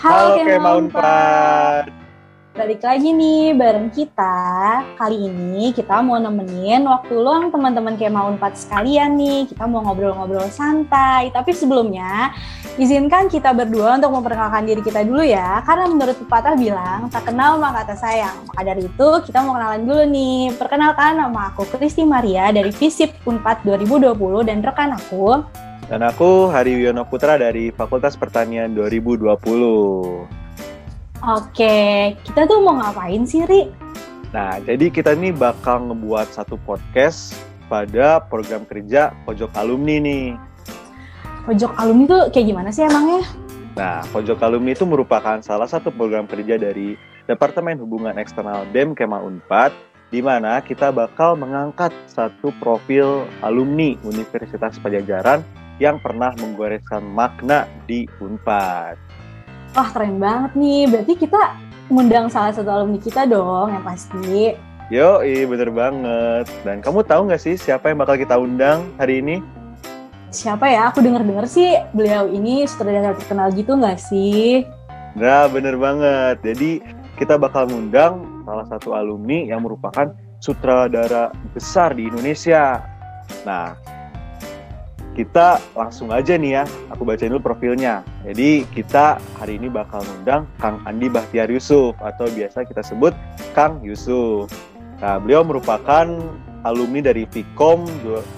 Halo Halo Kema Kema Unpad. Unpad, balik lagi nih bareng kita. Kali ini kita mau nemenin waktu luang teman-teman Kema Unpad sekalian nih. Kita mau ngobrol-ngobrol santai. Tapi sebelumnya, izinkan kita berdua untuk memperkenalkan diri kita dulu ya. Karena menurut pepatah bilang, tak kenal maka tak sayang. Maka dari itu, kita mau kenalan dulu nih. Perkenalkan, nama aku Kristi Maria dari FISIP Unpad 2020 dan rekan aku. Dan aku Hari Wiono Putra dari Fakultas Pertanian 2020. Oke, kita tuh mau ngapain sih, Ri? Nah, jadi kita nih bakal ngebuat satu podcast pada program kerja Pojok Alumni nih. Pojok alumni tuh kayak gimana sih emangnya? Nah, Pojok Alumni itu merupakan salah satu program kerja dari Departemen Hubungan Eksternal BEM Kema Unpad, di mana kita bakal mengangkat satu profil alumni Universitas Pajajaran yang pernah menggoreskan makna di Unpad. Wah, keren banget nih. Berarti kita ngundang salah satu alumni kita dong, yang pasti. Yoi, bener banget. Dan kamu tahu nggak sih siapa yang bakal kita undang hari ini? Siapa ya? Aku denger-denger sih beliau ini sutradara terkenal gitu nggak sih? Nah, bener banget. Jadi kita bakal ngundang salah satu alumni yang merupakan sutradara besar di Indonesia. Nah, kita langsung aja nih ya, aku bacain dulu profilnya. Jadi kita hari ini bakal ngundang Kang Andi Bahtiar Yusuf atau biasa kita sebut Kang Yusuf. Nah, beliau merupakan alumni dari Vkom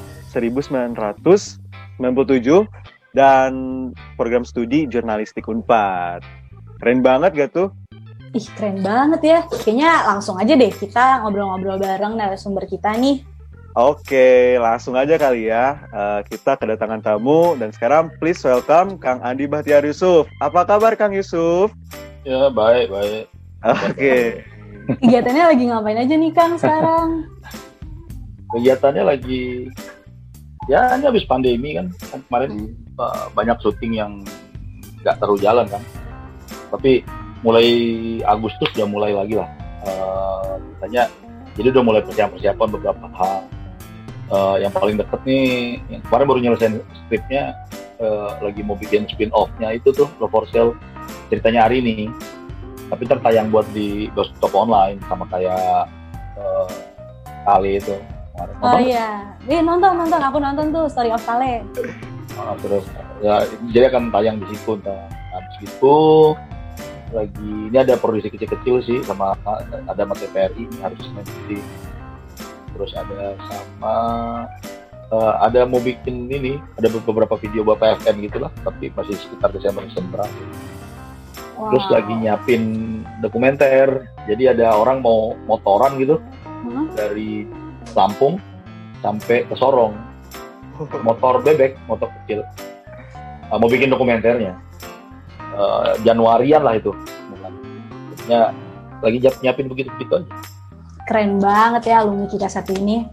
1997 dan program studi jurnalistik Unpad. Keren banget gak tuh? Ih, keren banget ya. Kayaknya langsung aja deh kita ngobrol-ngobrol bareng narasumber kita nih. Oke, langsung aja kali ya. Kita kedatangan tamu dan sekarang please welcome Kang Andi Bahtiar Yusuf. Apa kabar Kang Yusuf? Ya, baik. Oke. Kegiatannya lagi ngapain aja nih Kang sekarang? Kegiatannya lagi, ya ini habis pandemi kan kemarin banyak syuting yang nggak terlalu jalan kan. Tapi mulai Agustus udah mulai lagi lah. Katanya, jadi udah mulai persiapan beberapa hal. Yang paling deket nih, yang kemarin baru nyelesain skripnya, lagi mau bikin spin-off-nya itu tuh, Love for Sale, ceritanya hari ini. Tapi tertayang buat di bioskop online, sama kayak Kale itu. Oh iya, nonton, aku nonton tuh Story of Kale. Terus, ya jadi akan tayang di situ. Habis itu, lagi, ini ada produksi kecil-kecil sih, sama ada sama TVRI, ini harus nanti. Terus ada sama ada mau bikin ini, ada beberapa video Bapak FN gitulah, tapi masih sekitar Desember. Wow. Terus lagi nyiapin dokumenter, jadi ada orang mau motoran gitu dari Lampung sampai ke Sorong, motor bebek, motor kecil, mau bikin dokumenternya. Januarian lah itu, ya lagi nyiapin begitu aja. Keren banget ya alumni kita satu ini.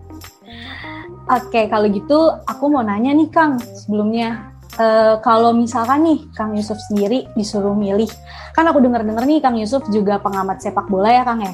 Oke, kalau gitu aku mau nanya nih Kang, sebelumnya kalau misalkan nih Kang Yusuf sendiri disuruh milih, kan aku dengar-dengar nih Kang Yusuf juga pengamat sepak bola ya Kang ya?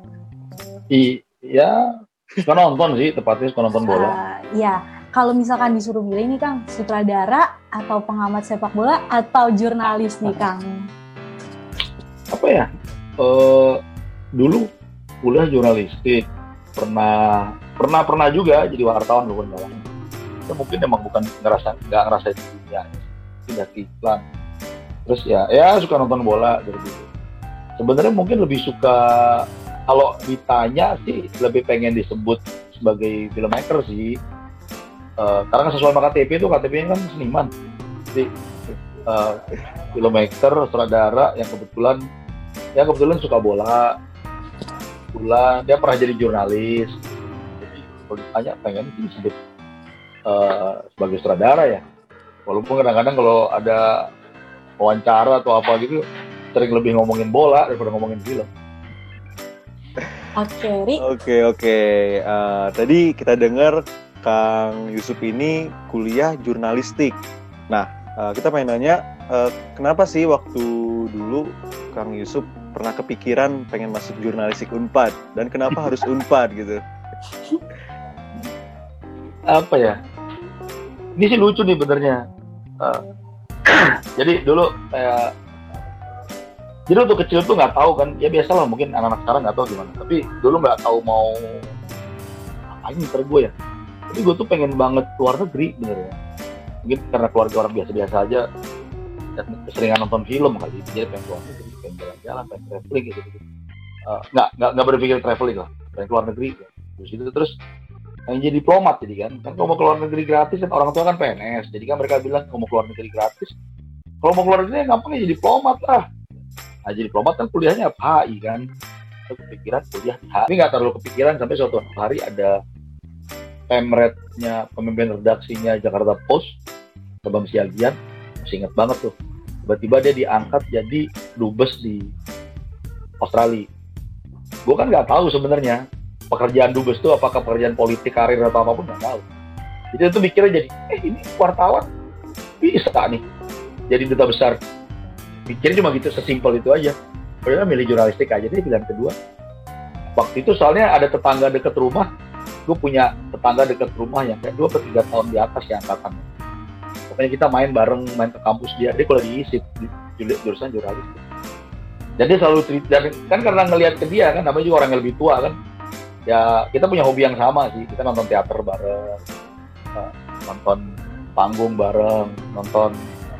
Iya, suka nonton sih, tepatnya suka nonton bola. Iya, kalau misalkan disuruh milih nih Kang, sutradara atau pengamat sepak bola atau jurnalis nih Kang? Apa ya? Dulu kuliah jurnalistik, pernah juga jadi wartawan loh kan. Itu mungkin emang bukan nggak ngerasain dunia, pindah ke iklan. Terus ya suka nonton bola dari dulu. Sebenarnya mungkin lebih suka, kalau ditanya sih lebih pengen disebut sebagai filmmaker sih. Karena sesuai sama KTP itu, KTP-nya kan seniman. Jadi filmmaker, sutradara yang kebetulan suka bola. Dia pernah jadi jurnalis. Jadi kalau ditanya pengen sih disebut sebagai sutradara ya. Walaupun kadang-kadang kalau ada wawancara atau apa gitu sering lebih ngomongin bola daripada ngomongin film. Oke. Tadi kita dengar Kang Yusuf ini kuliah jurnalistik. Nah, kita pengen nanya, kenapa sih waktu dulu Kang Yusuf pernah kepikiran pengen masuk jurnalistik Unpad, dan kenapa harus Unpad gitu? Apa ya? Ini sih lucu nih benernya. Jadi dulu kayak Jadi waktu kecil tuh nggak tahu kan, ya biasalah mungkin anak-anak sekarang nggak tahu gimana. Tapi dulu nggak tahu mau apain ntar gue ya. Tapi gue tuh pengen banget keluar negeri bener ya. Mungkin karena keluarga orang biasa-biasa aja, dan keseringan nonton film kali, jadi pengen keluar negeri, pengen jalan-jalan, pengen traveling gitu. Nggak berpikir traveling lah, pengen keluar negeri. Ya. Terus pengen jadi diplomat jadi kan kalau mau keluar negeri gratis kan orang tua kan PNS, jadi kan mereka bilang kalau mau keluar negeri gratis, kalau mau keluar negeri ngapain jadi diplomat lah. Nah, jadi diplomat kan kuliahnya HI kan. Saya kepikiran kuliah di HI. Tapi nggak terlalu kepikiran sampai suatu hari ada pemretnya, pemimpin redaksinya Jakarta Post, Bang Siagian, masih ingat banget tuh. Tiba-tiba dia diangkat jadi dubes di Australia. Gue kan nggak tahu sebenarnya pekerjaan dubes itu apakah pekerjaan politik, karir atau apapun, nggak tahu. Jadi itu mikirnya jadi, ini wartawan bisa nih jadi duta besar. Pikirnya cuma gitu, sesimpel itu aja. Padahal milih jurnalistik aja deh pilihan kedua. Waktu itu soalnya ada tetangga dekat rumah, gue punya tetangga dekat rumah yang kayak 2 atau 3 tahun di atas ya angkatan. Pokoknya kita main bareng, main ke kampus dia kalau di ISIP, jurusan jurnalistik. Jadi selalu cerita, kan karena ngelihat ke dia kan, namanya juga orang yang lebih tua kan. Ya kita punya hobi yang sama sih, kita nonton teater bareng, nonton panggung bareng, nonton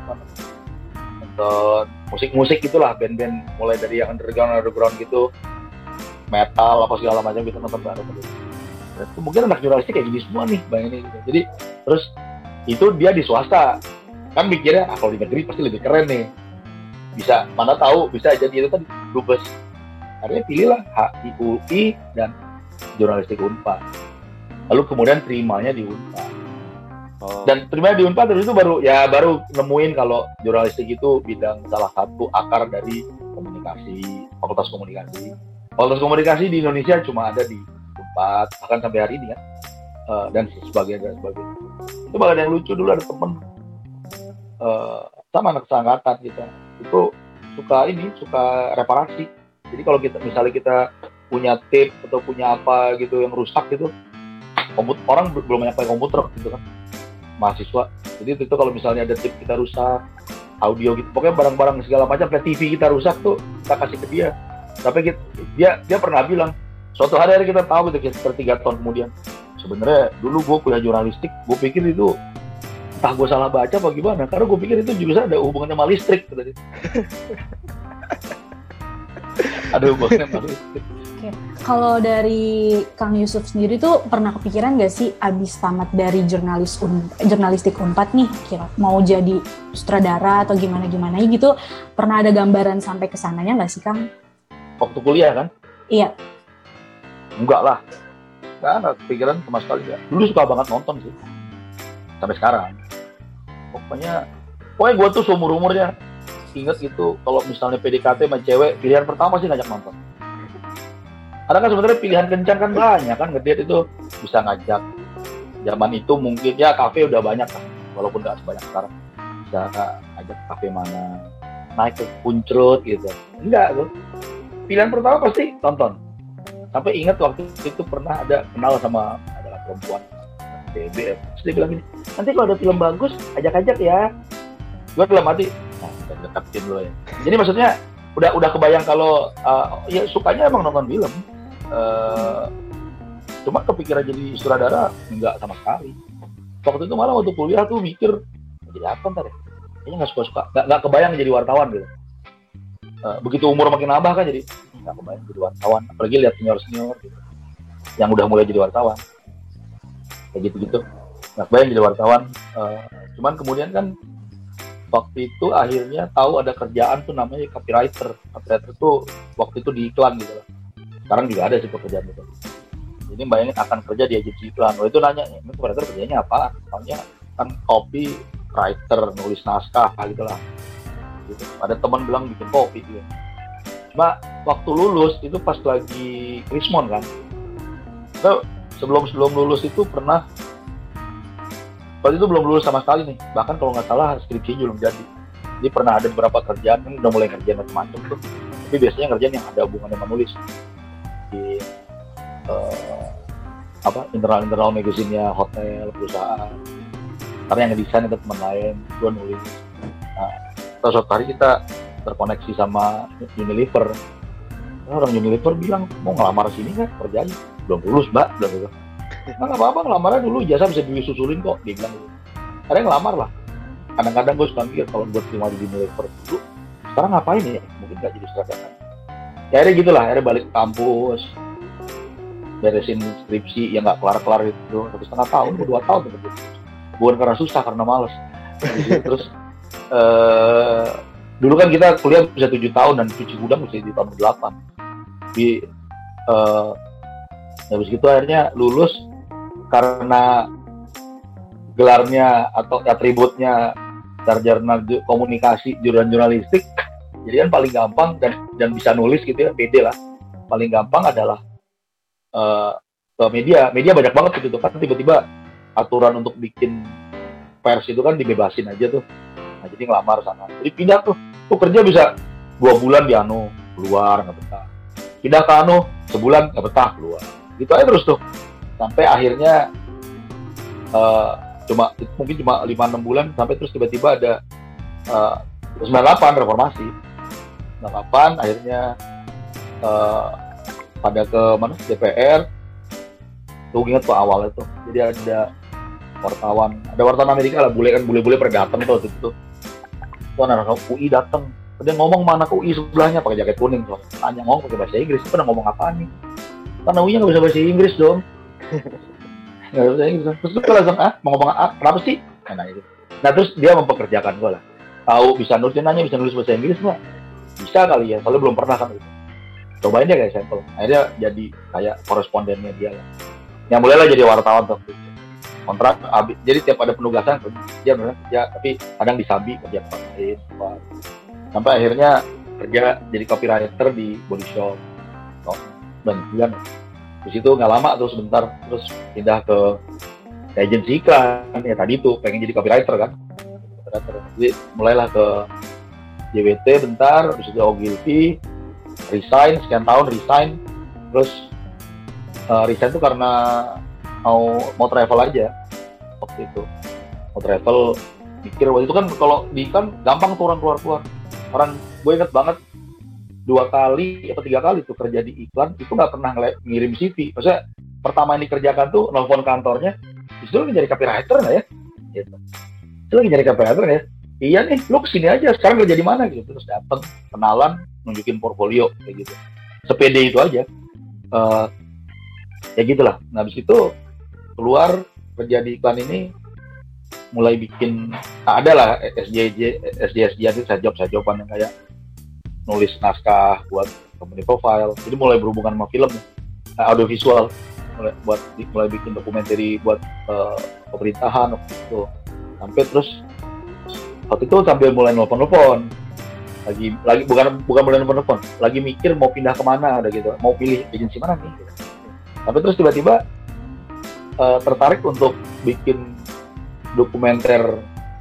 musik-musik itulah, band-band mulai dari yang underground gitu, metal apa segala macam kita nonton bareng. Dan mungkin anak jurnalistik kayak gini semua nih bayangin gitu. Jadi terus itu dia di swasta kan mikirnya kalau di negeri pasti lebih keren nih, bisa mana tahu bisa jadi itu kan dubes. Akhirnya pilihlah HI UI dan jurnalistik Unpad. Lalu kemudian terimanya di Unpad. Dan terimanya di Unpad terus itu baru nemuin kalau jurnalistik itu bidang salah satu akar dari komunikasi, fakultas komunikasi. Fakultas komunikasi di Indonesia cuma ada di Unpad, bahkan sampai hari ini kan. Dan sebagainya. Itu bahkan yang lucu dulu ada temen sama anak seangkatan kita itu suka reparasi. Jadi kalau misalnya kita punya tape atau punya apa gitu yang rusak gitu, orang belum banyak pakai komputer gitu kan, mahasiswa. Jadi itu kalau misalnya ada tape kita rusak, audio gitu, pokoknya barang-barang segala macam, kayak TV kita rusak tuh kita kasih ke dia. Tapi dia pernah bilang suatu hari kita tahu gitu sekitar 3 tahun kemudian, sebenarnya dulu gue kuliah jurnalistik, gue pikir itu entah gue salah baca apa gimana, karena gue pikir itu juga ada hubungannya sama listrik gitu. Ada hubungannya sama listrik. Oke. Kalau dari Kang Yusuf sendiri tuh pernah kepikiran nggak sih abis tamat dari jurnalistik Unpad nih, kira mau jadi sutradara atau gimana gitu, pernah ada gambaran sampai ke sananya nggak sih Kang? Waktu kuliah kan? Iya. Enggak lah, nggak ada kepikiran sama sekali ya. Dulu suka banget nonton sih, sampai sekarang. Pokoknya gue tuh seumur-umurnya inget gitu, kalau misalnya PDKT sama cewek, pilihan pertama sih ngajak nonton. Karena kan sebenarnya pilihan kencan kan banyak kan, ngedate itu bisa ngajak. Zaman itu mungkin ya kafe udah banyak kan, walaupun nggak sebanyak sekarang. Bisa ngajak kafe mana, naik ke Puncrut gitu. Enggak tuh. Pilihan pertama pasti nonton. Sampai ingat waktu itu pernah ada kenal sama adalah perempuan BBM. Terus dia bilang gini, nanti kalau ada film bagus ajak-ajak ya. Gue dalam hati, nah deketin lo ya. Jadi maksudnya udah kebayang kalau ya sukanya emang nonton film. Cuma kepikiran jadi sutradara enggak sama sekali. Waktu itu malah waktu kuliah tuh mikir jadi apa ntar ya? Kayaknya nggak suka-suka, nggak kebayang jadi wartawan gitu. Begitu umur makin nambah kan jadi nggak kebayang jadi wartawan, apalagi lihat senior gitu, yang udah mulai jadi wartawan kayak gitu nggak kebayang jadi wartawan. Cuman kemudian kan waktu itu akhirnya tahu ada kerjaan tuh namanya copywriter tuh waktu itu di iklan gitu lah. Sekarang juga ada sih pekerjaan itu. Jadi bayangin akan kerja di agensi iklan. Itu nanya, ini copywriter kerjanya apa? Soalnya kan copywriter, nulis naskah gitu lah. Gitu. Ada teman bilang bikin kopi gitu. Cuma waktu lulus itu pas lagi Krismon kan. So, sebelum lulus itu pernah, waktu itu belum lulus sama sekali nih. Bahkan kalau nggak salah skripsi belum jadi. Jadi pernah ada beberapa kerjaan yang udah mulai kerjaan macam-macam tuh. Tapi biasanya kerjaan yang ada hubungannya sama nulis di internal magazine-nya hotel, perusahaan. Karena yang ngedesain itu teman lain, gue nulis. Nah, suatu hari kita terkoneksi sama Unilever. Orang Unilever bilang mau ngelamar sini kan kerjanya belum lulus mbak, bilang gitu. Nah nggak apa-apa ngelamarnya dulu, ijazah bisa disusulin kok, dia bilang gitu. Ada yang ngelamar lah. Kadang-kadang gue suka mikir kalau buat terima di Unilever dulu, sekarang ngapain ya? Mungkin nggak jadi sutradara. Ya akhirnya gitulah, akhirnya balik ke kampus, beresin skripsi yang nggak kelar-kelar itu 1,5 tahun, 2 tahun gitu. Bukan karena susah, karena males. Terus dulu kan kita kuliah bisa 7 tahun dan cuci gudang bisa di tahun 8. Habis itu akhirnya lulus karena gelarnya atau atributnya sarjana komunikasi jurusan jurnalistik, jadi kan paling gampang dan bisa nulis gitu ya, pede lah. Paling gampang adalah ke media banyak banget gitu kan, tiba-tiba aturan untuk bikin pers itu kan dibebasin aja tuh. Nah jadi ngelamar sana, jadi pindah tuh kerja bisa 2 bulan di keluar nggak betah, pindah ke sebulan nggak betah keluar, gitu aja terus tuh sampai akhirnya mungkin cuma 5-6 bulan, sampai terus tiba-tiba ada 98 reformasi 98 akhirnya pada ke mana DPR tuh, ingat tuh awalnya tuh, jadi ada wartawan Amerika lah, bule pada datang tuh itu tuh anak UI datang, dia ngomong mana ke UI sebelahnya pakai jaket kuning, soalnya tanya ngomong pakai bahasa Inggris, pernah ngomong apaan nih, karena UI-nya nggak bisa bahasa Inggris dong. Nggak bisa Inggris, terus gue langsung mau ngomong kenapa sih? Nah terus dia mempekerjakan gue lah, tahu bisa nulis, dia nanya bisa nulis bahasa Inggris nggak? Bisa kali ya, soalnya belum pernah kan gitu. Cobain deh kayak sampel, akhirnya jadi kayak korespondennya dia lah. Yang mulailah jadi wartawan tuh. Kontrak habis, jadi tiap ada penugasan kerja, tapi kadang disambi kerja lain, sampai akhirnya kerja jadi copywriter di Body Shop. Dan di situ nggak lama tuh sebentar, terus pindah ke agensi iklan ya, tadi tuh pengen jadi copywriter kan. Jadi mulailah ke JWT bentar, terus juga Ogilvy, sekian tahun resign, terus resign tuh karena mau travel aja waktu itu, mau travel, mikir waktu itu kan kalau di kan gampang tuh orang keluar, gue inget banget 2 kali atau 3 kali tuh kerja di iklan itu nggak pernah ngirim CV, maksudnya pertama yang dikerjakan tuh nelfon kantornya, itu lagi nyari copywriter nggak ya, gitu, itu lagi nyari copywriter ya, iya nih lu kesini aja sekarang kerja di mana gitu, terus datang kenalan nunjukin portfolio kayak gitu, sepede itu aja, ya gitulah. Nah habis itu keluar kerja di iklan ini, mulai bikin ada lah SJSJ itu job-joban yang kayak nulis naskah buat company profile, jadi mulai berhubungan sama film, audiovisual, mulai bikin dokumenter buat pemerintahan waktu itu, sampai terus waktu itu sambil mulai nelpon lagi bukan mulai nelpon, lagi mikir mau pindah kemana, udah gitu, mau pilih agensi mana nih gitu. Tapi terus tiba-tiba tertarik untuk bikin dokumenter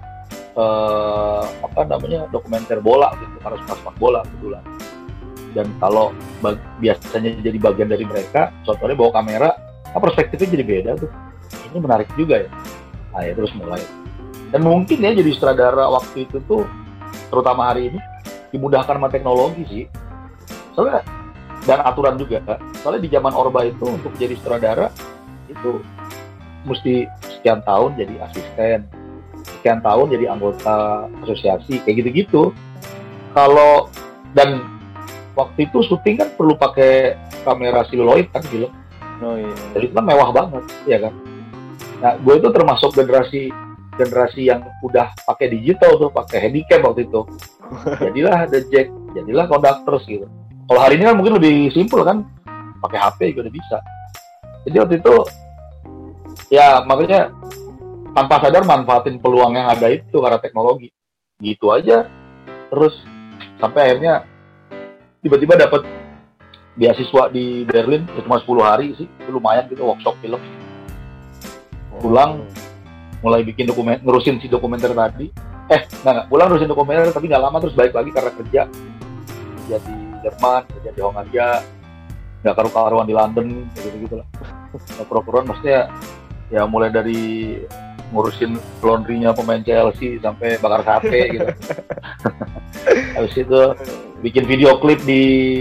dokumenter bola gitu, harus pas bola kebetulan. Dan kalau biasanya jadi bagian dari mereka, contohnya bawa kamera, perspektifnya jadi beda tuh. Ini menarik juga ya. Nah ya terus mulai. Dan mungkin ya jadi sutradara waktu itu tuh, terutama hari ini, dimudahkan sama teknologi sih. Soalnya dan aturan juga. Soalnya di zaman Orba itu untuk jadi sutradara itu mesti sekian tahun jadi asisten, sekian tahun jadi anggota asosiasi, kayak gitu-gitu. Kalau dan waktu itu syuting kan perlu pakai kamera siluloid kan film. Oh iya. Jadi itu kan mewah banget, ya kan. Nah, gue itu termasuk generasi yang udah pakai digital tuh, pakai handycam waktu itu. Jadilah The Jack, jadilah Conductors gitu. Kalau hari ini kan mungkin lebih simpel kan, pakai HP juga udah bisa. Jadi waktu itu ya makanya tanpa sadar manfaatin peluang yang ada itu karena teknologi. Gitu aja. Terus sampai akhirnya tiba-tiba dapat beasiswa di Berlin, cuma 10 hari sih, itu lumayan gitu, workshop film. Pulang mulai bikin ngerusin si dokumenter tadi. Nggak, pulang nerusin dokumenter tapi nggak lama, terus balik lagi karena kerja di Jerman, kerja di Hongaria, nggak karu-karuan di London, gitu lah. Karu-karuan maksudnya ya mulai dari ngurusin laundry-nya pemain Chelsea sampai bakar sate gitu. Habis itu bikin video klip di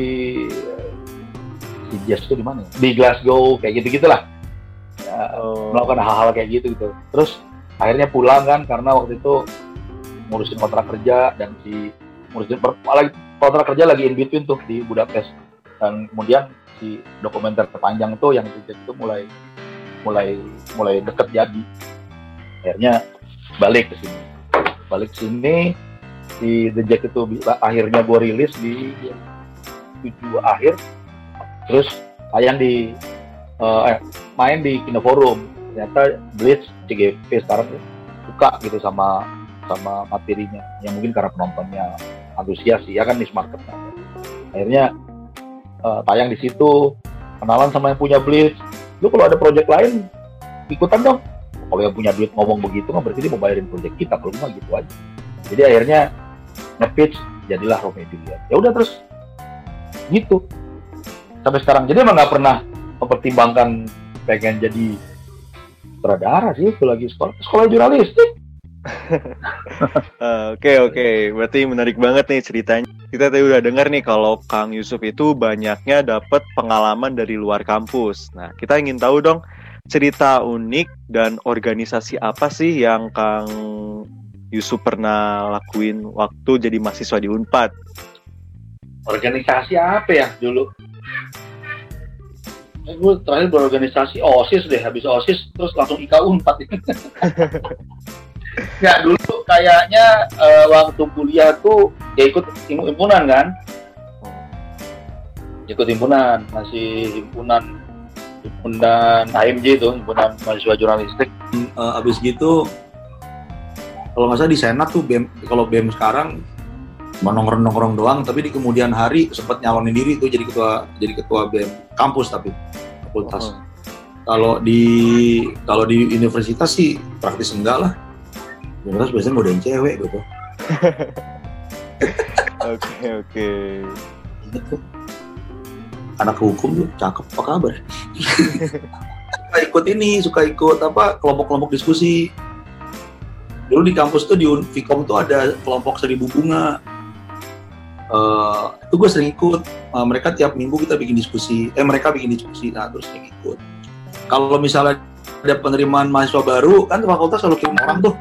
Jazz itu di mana? Di Glasgow kayak gitu-gitulah. Melakukan hal-hal kayak gitu. Terus akhirnya pulang kan karena waktu itu ngurusin kontrak kerja dan kontrak kerja lagi in between tuh di Budapest. Dan kemudian si dokumenter terpanjang tuh yang itu mulai deket jadi. Akhirnya balik ke sini si The Jack itu akhirnya gue rilis di 7 akhir. Terus tayang main di Kinoforum. Ternyata Blitz CGV sekarang suka gitu sama materinya, yang mungkin karena penontonnya antusias sih, ya kan niche market. Akhirnya tayang di situ, kenalan sama yang punya Blitz. Lu kalau ada project lain ikutan dong. Kalau yang punya duit ngomong begitu kan berarti dia mau bayarin project kita, kalau nggak gitu aja. Jadi akhirnya nge-pitch, jadilah Romeo Juliet. Ya udah terus gitu sampai sekarang. Jadi emang nggak pernah mempertimbangkan pengen jadi sutradara sih, itu lagi sekolah jurnalistik. Oke. Berarti menarik banget nih ceritanya. Kita tadi udah dengar nih kalau Kang Yusuf itu banyaknya dapat pengalaman dari luar kampus. Nah, kita ingin tahu dong cerita unik dan organisasi apa sih yang Kang Yusuf pernah lakuin waktu jadi mahasiswa di Unpad? Organisasi apa ya dulu? Gue terakhir berorganisasi OSIS deh, habis OSIS terus langsung IKA Unpad. Ya dulu kayaknya waktu kuliah tuh ya ikut himpunan kan, masih himpunan HMJ itu, himpunan mahasiswa jurnalistik. Abis gitu kalau nggak salah di Senat tuh kalau BEM sekarang cuma nongkrong doang, tapi di kemudian hari sempat nyalonin diri tuh jadi ketua BEM kampus, tapi fakultas. Kalau di universitas sih praktis enggak lah. Universitas biasanya ngodain cewek gitu. Oke. Gitu. Anak hukum tuh cakep, apa kabar? suka ikut kelompok-kelompok diskusi. Dulu di kampus tuh di Vkom tuh ada kelompok 1000 bunga. Itu gue sering ikut. Mereka tiap minggu kita mereka bikin diskusi, nah terus sering ikut. Kalau misalnya ada penerimaan mahasiswa baru, kan fakultas selalu kirim orang tuh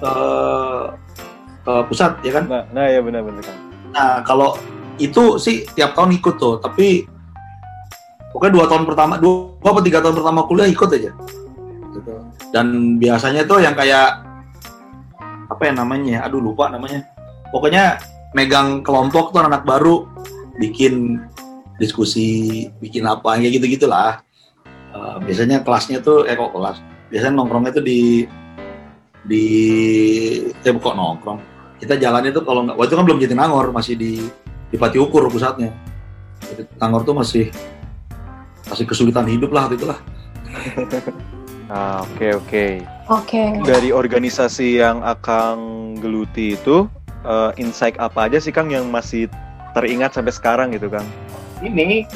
ke pusat, ya kan? Nah ya benar kan. Nah kalau itu sih tiap tahun ikut tuh, tapi pokoknya 2 atau 3 tahun pertama kuliah ikut aja. Gitu. Dan biasanya tuh yang kayak apa ya namanya? Aduh lupa namanya. Pokoknya megang kelompok tuh anak baru, bikin diskusi, bikin apa kayak gitu-gitulah. Biasanya kelasnya tuh biasanya nongkrongnya tuh kok nongkrong. Kita jalannya tuh kalau nggak, waktu itu kan belum Jatinangor, masih di Pati Ukur pusatnya. Jatinangor tuh masih kesulitan hidup lah waktu itulah. Oke. Dari organisasi yang Akang geluti itu, insight apa aja sih Kang yang masih teringat sampai sekarang gitu Kang? Ini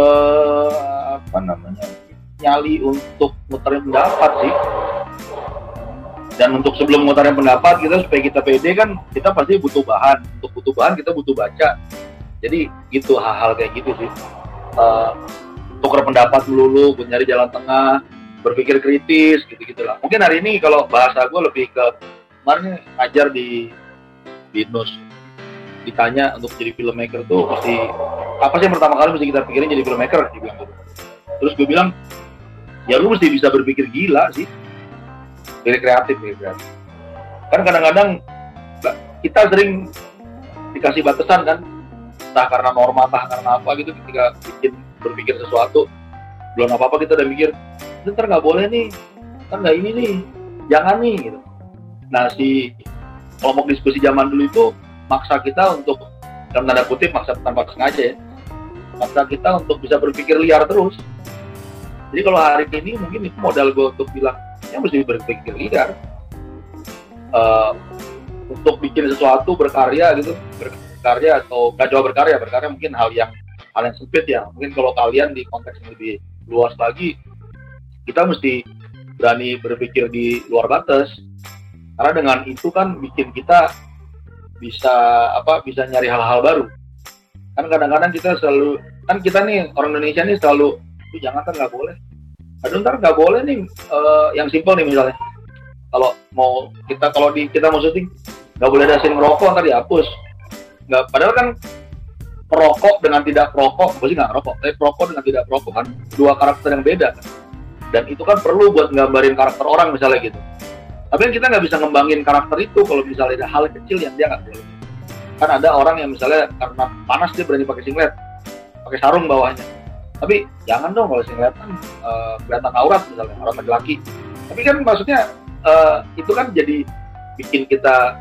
nyali untuk muterin pendapat sih. Dan untuk sebelum muterin pendapat supaya kita pede kan, kita pasti butuh bahan. Untuk butuh bahan kita butuh baca. Jadi gitu, hal-hal kayak gitu sih. Tukar pendapat melulu, nyari jalan tengah, berpikir kritis, gitu-gitulah. Mungkin hari ini kalau bahasa gue lebih ke kemarin ngajar di BINUS, ditanya untuk jadi filmmaker tuh mesti apa sih yang pertama kali mesti kita pikirin jadi filmmaker, dibilang gitu. Terus gue bilang ya lu mesti bisa berpikir gila sih, pikir kreatif. Kan kadang-kadang kita sering dikasih batasan kan, entah karena norma, entah karena apa gitu, ketika berpikir sesuatu belum apa-apa kita udah mikir ntar nggak boleh nih, ntar nggak ini nih, jangan nih gitu. Nah si kelompok diskusi zaman dulu itu maksa kita untuk, dalam tanda kutip maksa tanpa sengaja ya, maksa kita untuk bisa berpikir liar terus. Jadi kalau hari ini mungkin itu modal gue untuk bilang ya mesti berpikir liar, untuk bikin sesuatu, berkarya atau gak jauh berkarya mungkin hal yang sempit ya. Mungkin kalau kalian di konteks yang lebih luas lagi, kita mesti berani berpikir di luar batas. Karena dengan itu kan bikin kita bisa nyari hal-hal baru. Kan kadang-kadang kita selalu, kan kita nih orang Indonesia nih selalu, jangan ntar nggak boleh. Aduh ntar nggak boleh nih, yang simpel nih misalnya. Kalau kita mau syuting, nggak boleh ada scene ngerokok, ntar dihapus. Nggak, padahal kan perokok dengan tidak perokok, gue sih nggak ngerokok, tapi perokok dengan tidak perokok kan dua karakter yang beda. Dan itu kan perlu buat nggambarin karakter orang misalnya gitu. Tapi kan kita nggak bisa ngembangin karakter itu kalau misalnya ada hal kecil yang dia nggak boleh. Kan ada orang yang misalnya karena panas dia berani pakai singlet, pakai sarung bawahnya. Tapi jangan dong kalau singlet kan kelihatan aurat misalnya, aurat laki-laki. Tapi kan maksudnya itu kan jadi bikin kita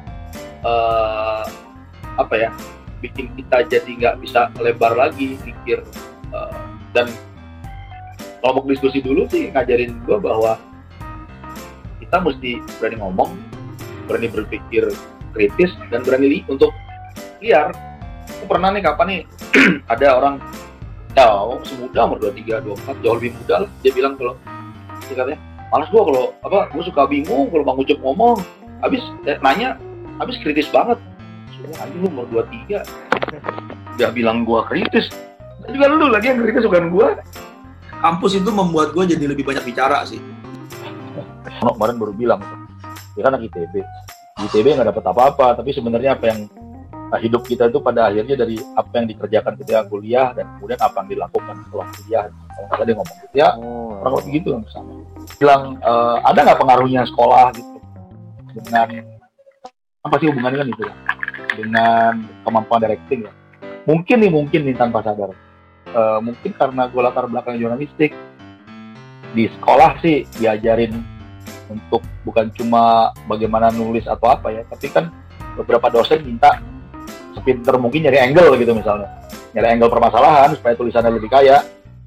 bikin kita jadi nggak bisa lebar lagi pikir, dan kelompok diskusi dulu sih ngajarin gue bahwa kita mesti berani ngomong, berani berpikir kritis, dan berani untuk liar. Aku pernah nih kapan nih ada orang semuda umur 23, 24, jauh lebih muda lah, dia bilang kalau dia katanya malas gue kalau gue suka bingung kalau Bang Ucup ngomong habis kritis banget. Anjing lu umur 23 udah bilang gua kritis, dan juga lu lagi yang kritis bukan gua. Kampus itu membuat gua jadi lebih banyak bicara sih. Kemarin baru bilang, dia kan anak ITB nggak dapat apa-apa, tapi sebenarnya apa yang hidup kita itu pada akhirnya dari apa yang dikerjakan ketika kuliah dan kemudian apa yang dilakukan setelah kuliah. Kalau dia ngomong gitu ya, orang lebih gitu yang sama. Bilang ada nggak pengaruhnya sekolah gitu dengan apa sih hubungannya kan itu ya? Dengan kemampuan directing ya. Mungkin nih tanpa sadar. Mungkin karena gue latar belakang jurnalistik, di sekolah sih diajarin untuk bukan cuma bagaimana nulis atau apa ya, tapi kan beberapa dosen minta sepinter mungkin nyari angle gitu misalnya. Nyari angle permasalahan supaya tulisannya lebih kaya.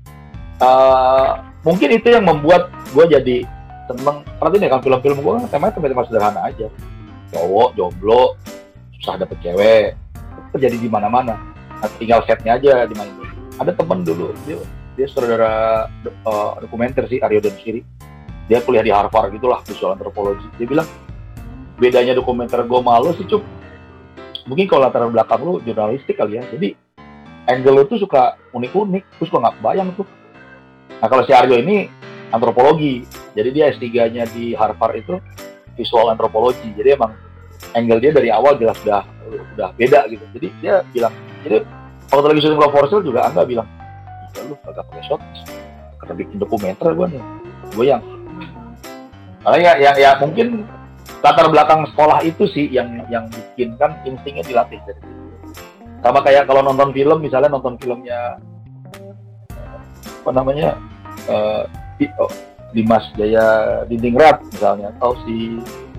Mungkin itu yang membuat gue jadi seneng. Perhatiin ya kan film-film gue kan temanya tema-tema sederhana aja. Cowok, jomblo, susah dapet cewek, terjadi di mana-mana. Nah, tinggal setnya aja dimainin. Ada temen dulu, dia saudara dokumenter sih, Aryo dan Siri. Dia kuliah di Harvard gitulah, visual antropologi. Dia bilang, bedanya dokumenter gue malu sih Cup, mungkin kalau latar belakang lu jurnalistik kali ya. Jadi angle lu tuh suka unik-unik, terus gue nggak bayang tuh. Nah kalau si Aryo ini antropologi, jadi dia S3-nya di Harvard itu visual antropologi. Jadi emang angle dia dari awal jelas udah beda gitu. Jadi dia bilang, jadi waktu lagi syuting Love for Sale juga Angga bilang, iya lu agak pakai shot, karena bikin dokumenter gue nih, goyang. Karena ya mungkin latar belakang sekolah itu sih yang bikin kan instingnya dilatih dari situ. Sama kayak kalau nonton film, misalnya nonton filmnya Dimas Jaya Dindingrat misalnya, atau si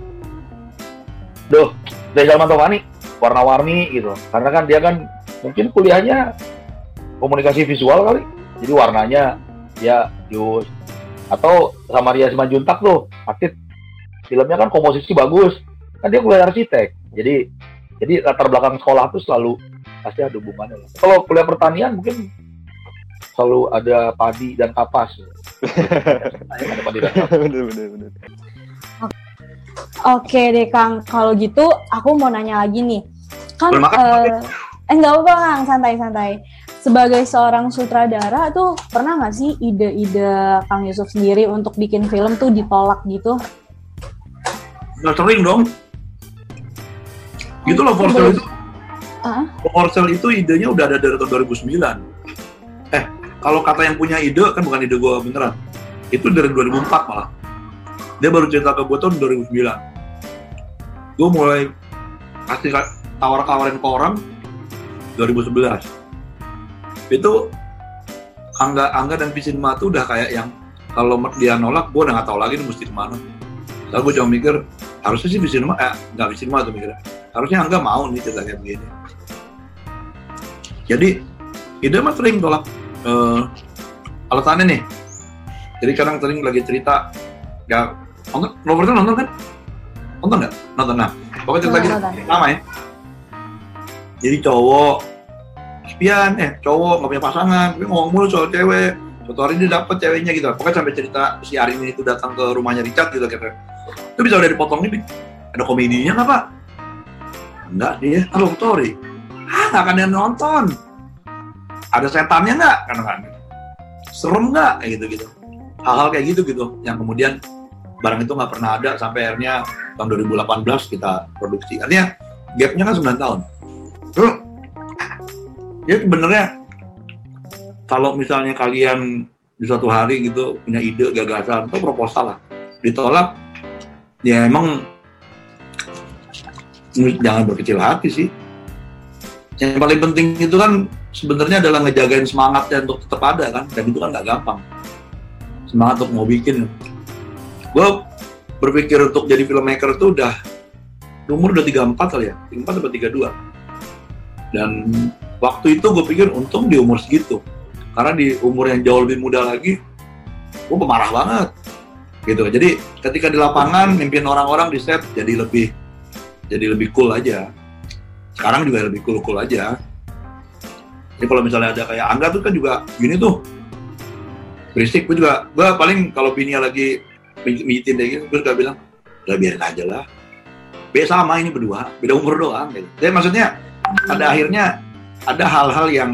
Reza Mantovani, warna-warni gitu. Karena kan dia kan mungkin kuliahnya komunikasi visual kali, jadi warnanya ya jus. Atau sama Ria Simanjuntak tuh, artis filmnya kan komposisi bagus, kan dia kuliah arsitek. Jadi latar belakang sekolah tuh selalu pasti ada hubungannya. Kalau kuliah pertanian mungkin selalu ada padi dan kapas. Ada padi dan kapas. Bener. Oke deh Kang, kalau gitu aku mau nanya lagi nih. Kan enggak apa-apa Kang, santai-santai. Sebagai seorang sutradara tuh pernah nggak sih ide-ide Kang Yusuf sendiri untuk bikin film tuh ditolak gitu? Nggak sering dong. Gitu loh, For Sale itu idenya udah ada dari tahun 2009. Kalau kata yang punya ide, kan bukan ide gue beneran. Itu dari 2004 malah. Dia baru cerita ke gue tahun 2009. Gue mulai kasih tawar-tawarin ke orang 2011. Itu Angga dan Visinema tuh udah kayak yang kalau dia nolak, gue udah nggak tahu lagi nih mesti kemana. Lalu gue cuma mikir, harusnya sih Visinema, nggak Visinema tuh mikirnya. Harusnya Angga mau nih cerita kayak begini. Jadi ide mah sering tolak. Alasannya nih, jadi kadang sering lagi cerita, ya Robert nonton kan? Nonton nggak? Nonton. Nah, pokoknya cerita gini, sama ya. Jadi cowok nggak punya pasangan, tapi ngomong mulu soal cewek. Suatu hari dia dapet ceweknya gitu. Pokoknya sampai cerita si Arin ini tuh datang ke rumahnya Richard gitu kira-kira. Itu bisa udah dipotong nih, ada komedinya nggak Pak? enggak dia kan love story. Nggak akan dia nonton. Ada setannya nggak? Kan serem nggak? Kayak gitu. Hal-hal kayak gitu yang kemudian barang itu nggak pernah ada sampai akhirnya tahun 2018 kita produksi. Artinya gapnya kan 9 tahun. Jadi sebenarnya kalau misalnya kalian di suatu hari gitu punya ide, gagasan atau proposal lah ditolak, ya emang jangan berkecil hati sih. Yang paling penting itu kan sebenarnya adalah ngejagain semangatnya untuk tetap ada kan, dan itu kan nggak gampang. Semangat untuk mau bikin. Gue berpikir untuk jadi filmmaker itu udah umur udah 34 kali ya, 34 atau 32. Dan waktu itu gue pikir untung di umur segitu, karena di umur yang jauh lebih muda lagi, gue pemarah banget, gitu. Jadi ketika di lapangan mimpin orang-orang di set jadi lebih cool aja. Sekarang juga lebih cool aja. Jadi kalau misalnya ada kayak Angga tuh kan juga gini tuh, berisik. Gue paling kalau bini lagi mijitin kayak gitu, gue juga bilang, udah biarin aja lah. Sama ini berdua, beda umur doang. Gitu. Jadi maksudnya pada akhirnya ada hal-hal yang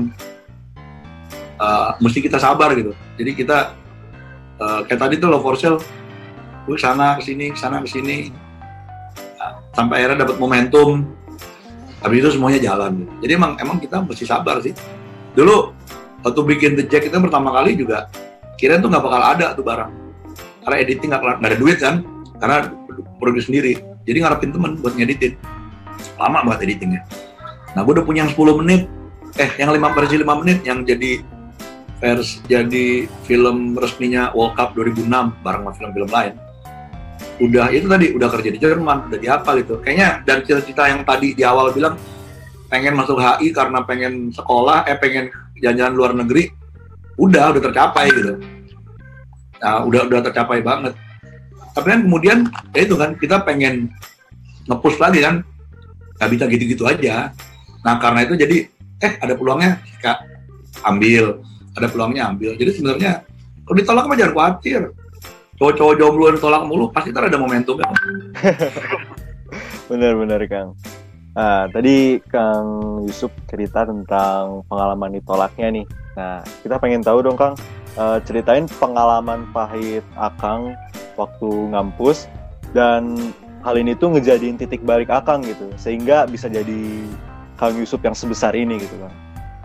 mesti kita sabar gitu. Jadi kita kayak tadi tuh Love for Sale, gue sana kesini, sampai akhirnya dapat momentum. Habis itu semuanya jalan. Gitu. Jadi emang kita mesti sabar sih. Dulu waktu bikin The Jack itu pertama kali juga kirain tuh nggak bakal ada tuh barang. Karena editing nggak ada duit kan, karena produksi sendiri. Jadi ngarepin temen buat ngeditin. Lama banget editingnya. Nah, gue udah punya yang 10 menit, yang versi 5 menit yang jadi film resminya World Cup 2006 bareng sama film-film lain. Udah kerja di Jerman, udah dihafal itu. Kayaknya dan cita-cita yang tadi di awal bilang pengen masuk HI karena pengen sekolah, pengen jalan-jalan luar negeri, udah tercapai gitu. Nah, udah tercapai banget. Tapi kan kemudian ya itu kan kita pengen nge-push lagi kan, nggak bisa gitu-gitu aja. Nah karena itu jadi ada peluangnya Kak, ambil, ada peluangnya ambil. Jadi sebenarnya kalau ditolak mah jangan khawatir. Cowok-cowok jomblo yang ditolak mulu pasti ada momentumnya. Bener Kang. Nah tadi Kang Yusuf cerita tentang pengalaman ditolaknya nih. Nah kita pengen tahu dong Kang, ceritain pengalaman pahit Akang waktu ngampus dan hal ini tuh ngejadiin titik balik Akang gitu sehingga bisa jadi Kang Yusuf yang sebesar ini gitu Kang.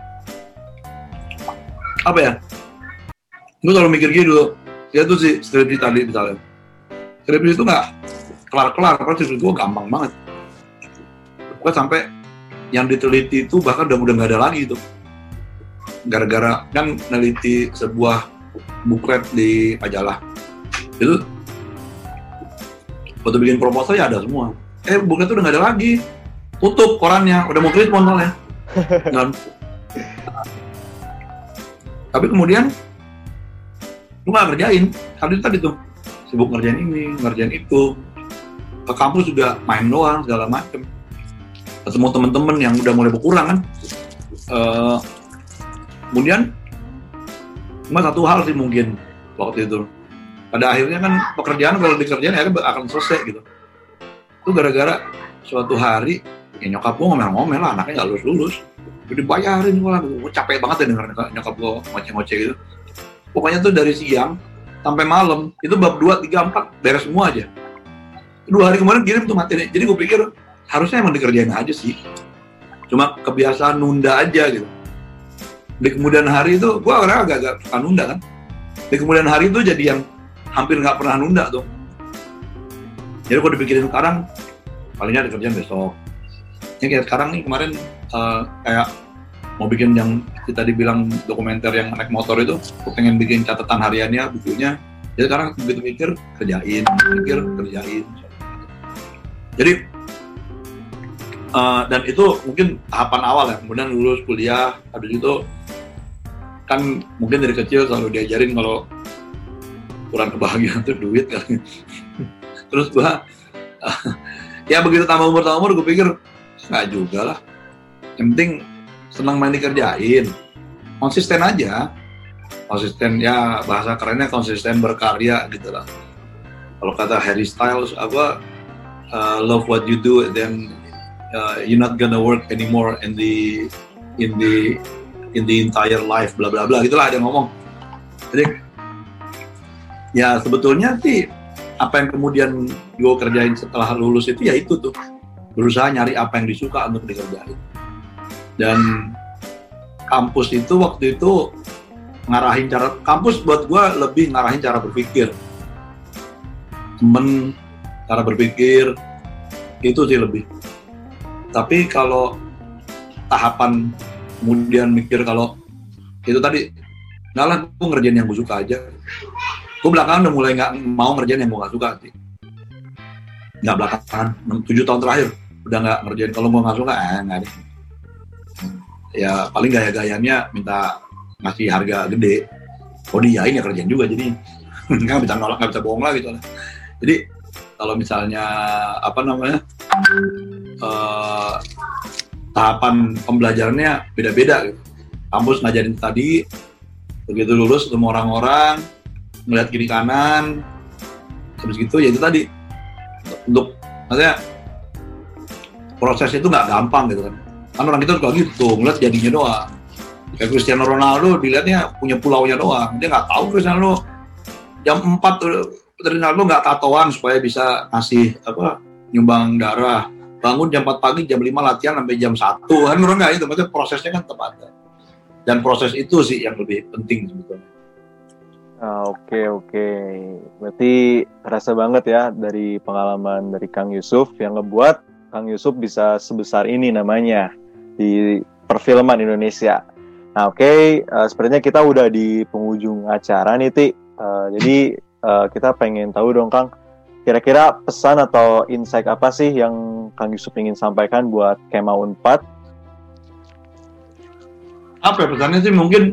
Apa ya? Gue selalu mikir gitu. Ya tuh sih skripsi tadi misalnya. Skripsi itu nggak kelar-kelar, karena skripsi gue gampang banget. Gue sampai yang diteliti itu bahkan udah nggak ada lagi itu. Gara-gara kan neliti sebuah buklet di majalah. Itu waktu bikin proposal ya ada semua. Buklet itu udah nggak ada lagi. Tutup korannya, udah mau kredit soalnya. Tapi kemudian lu nggak kerjain, karena tadi tuh sibuk ngerjain ini, ngerjain itu. Ke kampus juga main doang, segala macem. Ketemu temen-temen yang udah mulai berkurang kan. Kemudian cuma satu hal sih mungkin waktu itu. Pada akhirnya kan pekerjaan kalau dikerjain akhirnya akan selesai gitu. Itu gara-gara suatu hari ya nyokap gue ngomel-ngomel lah, anaknya nggak lulus. Udah dibayarin gue lah, gue capek banget ya denger nyokap gue ngoceh-ngoceh gitu. Pokoknya tuh dari siang sampai malam itu bab 2, 3, 4 beres semua aja. 2 hari kemarin kirim tuh materi. Jadi gue pikir harusnya emang dikerjain aja sih. Cuma kebiasaan nunda aja gitu. Di kemudian hari itu gue agak suka nunda kan. Di kemudian hari itu jadi yang hampir nggak pernah nunda tuh. Jadi kalau dipikirin sekarang palingnya dikerjain besok. Ini kayak sekarang nih kemarin kayak mau bikin yang kita dibilang dokumenter yang naik motor itu, aku pengen bikin catatan hariannya, bukunya. Jadi sekarang begitu mikir, kerjain. Jadi dan itu mungkin tahapan awal ya. Kemudian lulus kuliah, habis itu kan mungkin dari kecil selalu diajarin kalau kurang kebahagiaan itu duit kan. Terus gua ya begitu tambah umur gue pikir nggak juga lah. Yang penting senang main dikerjain, konsisten aja, konsisten ya bahasa kerennya konsisten berkarya gitu lah. Kalau kata Harry Styles love what you do then you're not gonna work anymore in the entire life, bla bla bla, gitulah ada yang ngomong. Jadi ya sebetulnya sih apa yang kemudian gue kerjain setelah lulus itu ya itu tuh, berusaha nyari apa yang disuka untuk dikerjain. Dan kampus itu waktu itu ngarahin kampus buat gue lebih ngarahin cara berpikir, temen, cara berpikir itu sih lebih. Tapi kalau tahapan kemudian mikir kalau itu tadi, nggak lah, gue ngerjain yang gue suka aja. Gue belakangan udah mulai nggak mau ngerjain yang gue nggak suka sih. Nggak belakangan, 7 tahun terakhir udah nggak ngerjain kalau gue nggak suka, nggak deh. Ya paling gaya-gayanya minta ngasih harga gede, oh diain ya kerjain juga, jadi nggak bisa nolak, nggak bisa bohong lah gitu lah. Jadi kalau misalnya tahapan pembelajarannya beda-beda gitu. Kampus ngajarin tadi, begitu lulus ketemu orang-orang, ngeliat kiri kanan, habis gitu ya itu tadi, untuk maksudnya prosesnya itu nggak gampang gitu kan orang kita suka gitu ngeliat jadinya doang. Kayak Cristiano Ronaldo dilihatnya punya pulaunya doang, dia nggak tahu Cristiano jam 4 Ronaldo nggak tatoan supaya bisa ngasih nyumbang darah, bangun jam 4 pagi, jam 5 latihan sampai jam 1 kan, orang nggak itu, maksudnya prosesnya kan tetap ada, dan proses itu sih yang lebih penting sebetulnya. Oke. Berarti terasa banget ya dari pengalaman dari Kang Yusuf yang ngebuat Kang Yusuf bisa sebesar ini namanya di perfilman Indonesia. Nah, sepertinya kita udah di penghujung acara nih, Ti. Jadi kita pengen tahu dong, Kang, kira-kira pesan atau insight apa sih yang Kang Yusuf ingin sampaikan buat Kema Unpad? Apa ya pesannya sih, mungkin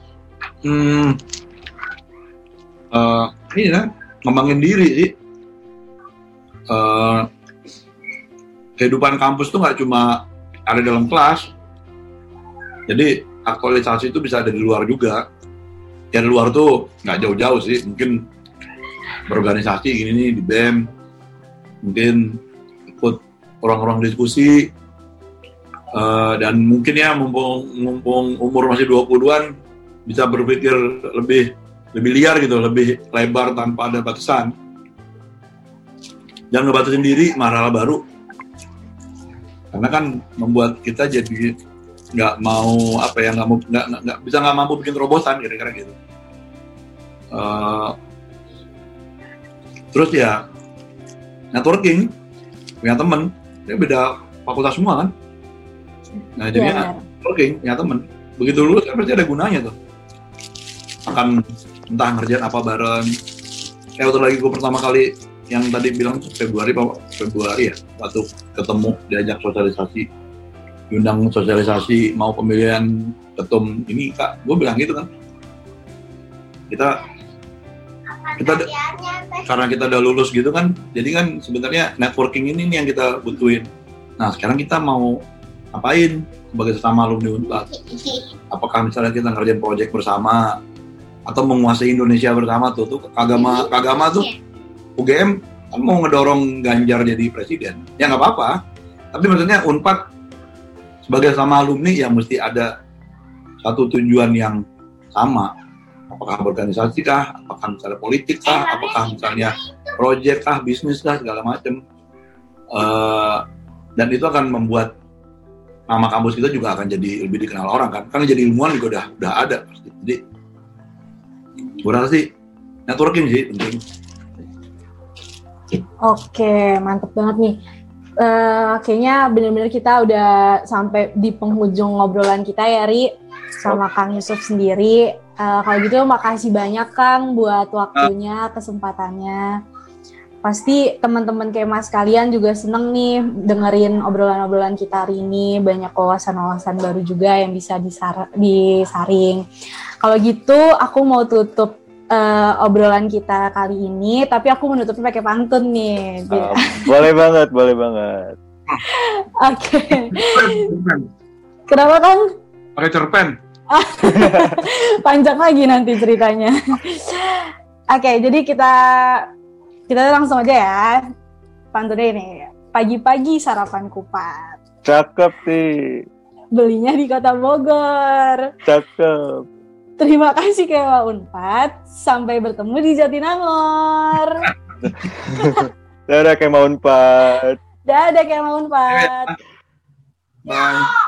ini ya, ngembangin diri sih. Kehidupan kampus tuh nggak cuma ada dalam kelas, jadi aktualisasi itu bisa ada di luar juga. Ya di luar tuh nggak jauh-jauh sih, mungkin berorganisasi gini nih di BEM, mungkin ikut orang-orang diskusi, dan mungkin ya mumpung umur masih 20-an bisa berpikir lebih liar gitu, lebih lebar tanpa ada batasan. Jangan ngebatasin diri, hal baru. Karena kan membuat kita jadi nggak mampu bikin terobosan, kira-kira gitu. Terus ya networking, punya temen, dia beda fakultas semua kan. Nah jadinya networking, punya temen, begitu lulus kan pasti ada gunanya tuh. Akan entah ngerjain apa bareng. Waktu lagi gue pertama kali yang tadi bilang Februari ya, waktu ketemu diajak sosialisasi, diundang sosialisasi mau pemilihan ketum ini Kak, gue bilang gitu kan, kita karena kita udah lulus gitu kan, jadi kan sebenarnya networking ini nih yang kita butuhin. Nah sekarang kita mau ngapain sebagai sesama alumni Unpad? Apakah misalnya kita ngerjain proyek bersama atau menguasai Indonesia bersama tuh Kagama tuh UGM kan mau ngedorong Ganjar jadi presiden, ya nggak apa-apa. Tapi maksudnya Unpad sebagai sama alumni yang mesti ada satu tujuan yang sama. Apakah organisasi kah, apakah misalnya politik kah, apakah misalnya proyek kah, bisnis kah, segala macam. Dan itu akan membuat nama kampus kita juga akan jadi lebih dikenal orang kan. Karena jadi ilmuwan juga udah ada pasti. Jadi gue rasa sih networking sih penting. Oke, mantep banget nih. Kayaknya benar-benar kita udah sampai di penghujung ngobrolan kita ya, Ri, sama Kang Yusuf sendiri. Kalau gitu makasih banyak Kang buat waktunya, kesempatannya. Pasti teman-teman Kema sekalian juga seneng nih dengerin obrolan-obrolan kita hari ini. Banyak wawasan-wawasan baru juga yang bisa disaring. Kalau gitu aku mau tutup obrolan kita kali ini, tapi aku menutupnya pakai pantun nih. Boleh banget. Oke. Kenapa Kang? Pakai cerpen. Panjang lagi nanti ceritanya. Oke, jadi kita langsung aja ya. Pantunnya ini, pagi-pagi sarapan kupat. Cakep sih. Belinya di Kota Bogor. Cakep. Terima kasih Kema Unpad. Sampai bertemu di Jatinangor. Dadah Kema Unpad. Dadah Kema Unpad. Bye.